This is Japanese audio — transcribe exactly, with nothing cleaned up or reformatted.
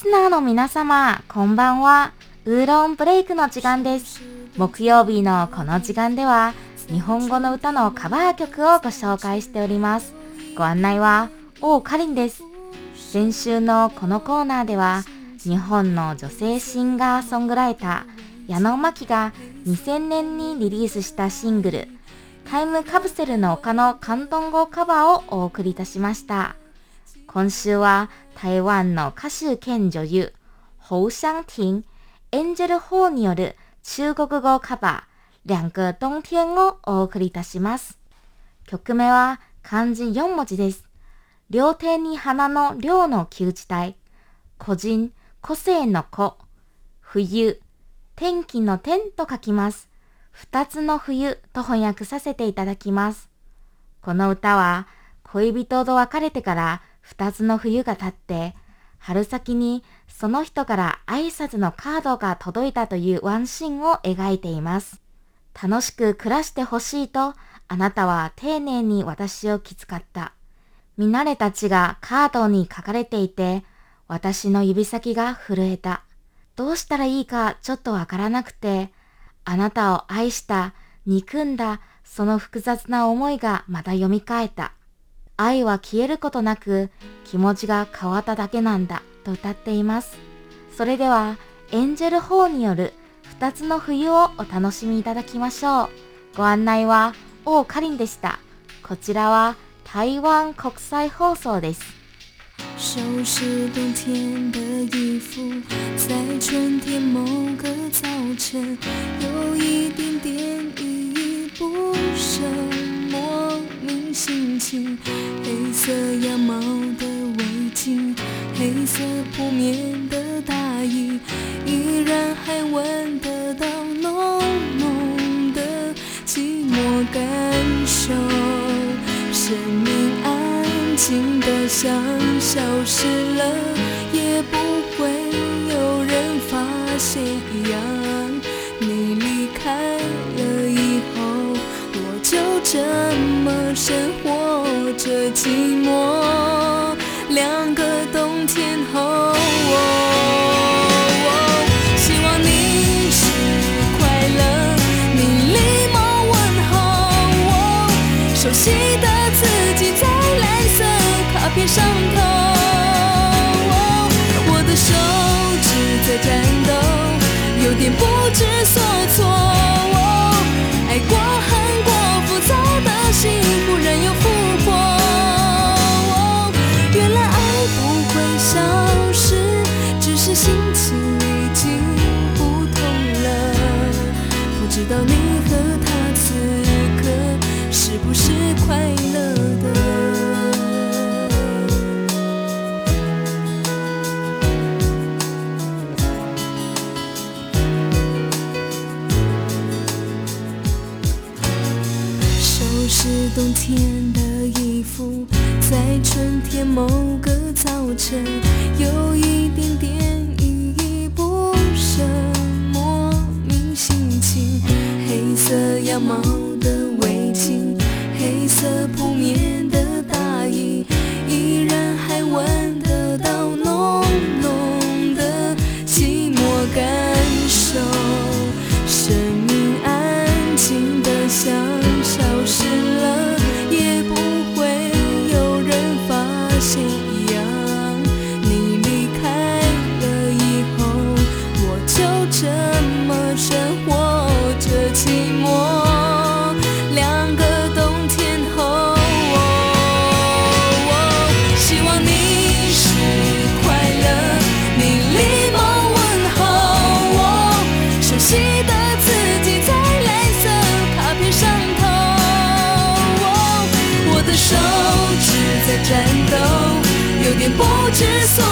スナーの皆様、こんばんは。ウーロンブレイクの時間です。木曜日のこの時間では、日本語の歌のカバー曲をご紹介しております。ご案内は、王かりんです。先週のこのコーナーでは、日本の女性シンガーソングライター、矢野真紀がにせんねんにリリースしたシングル、タイムカプセルの丘の広東語カバーをお送りいたしました。今週は台湾の歌手兼女優、侯湘婷、エンジェルホーによる中国語カバー、两个冬天をお送りいたします。曲名は漢字よん文字です。両手に花の両の旧字体、個人、個性の個、冬、天気の天と書きます。二つの冬と翻訳させていただきます。この歌は恋人と別れてから二つの冬が経って、春先にその人から挨拶のカードが届いたというワンシーンを描いています。楽しく暮らしてほしいと、あなたは丁寧に私を気遣った。見慣れた字がカードに書かれていて、私の指先が震えた。どうしたらいいかちょっとわからなくて、あなたを愛した、憎んだ、その複雑な思いがまた蘇った。愛は消えることなく、気持ちが変わっただけなんだ、と歌っています。それでは、エンジェルホーによる二つの冬をお楽しみいただきましょう。ご案内は、王かりんでした。こちらは、台湾国際放送です。 收拾冬天的衣服，在春天某个早晨，有一点点依依不舍，莫名心情。黑色羊毛的围巾，黑色铺面的大衣，依然还闻得到浓浓的寂寞感受。生命安静的像消失了，也不会有人发现一样。你离开了以后，我就这么生活着寂寞，两个冬天后。希望你是快乐，你礼貌问候我，熟悉的自己在蓝色卡片上头，我的手指在颤抖，有点不知所措。爱过恨过，浮躁的心忽然又复活。原来爱不会消失，只是心情已经不同了。不知道你和他此刻是不是快乐的？是冬天的衣服，在春天某个早晨，有一点点依依不舍，莫名心情。黑色羊毛的围巾，黑色铺面的大衣，依然还闻得到浓浓的寂寞感受。生命安静的像消失了，也不会有人发现一样。你离开了以后，我就这么生活着寂寞，两个冬天后。希望你是快乐，你礼貌问候我，熟悉的自己在蓝色卡片上头。我的手指在颤抖，有点不知所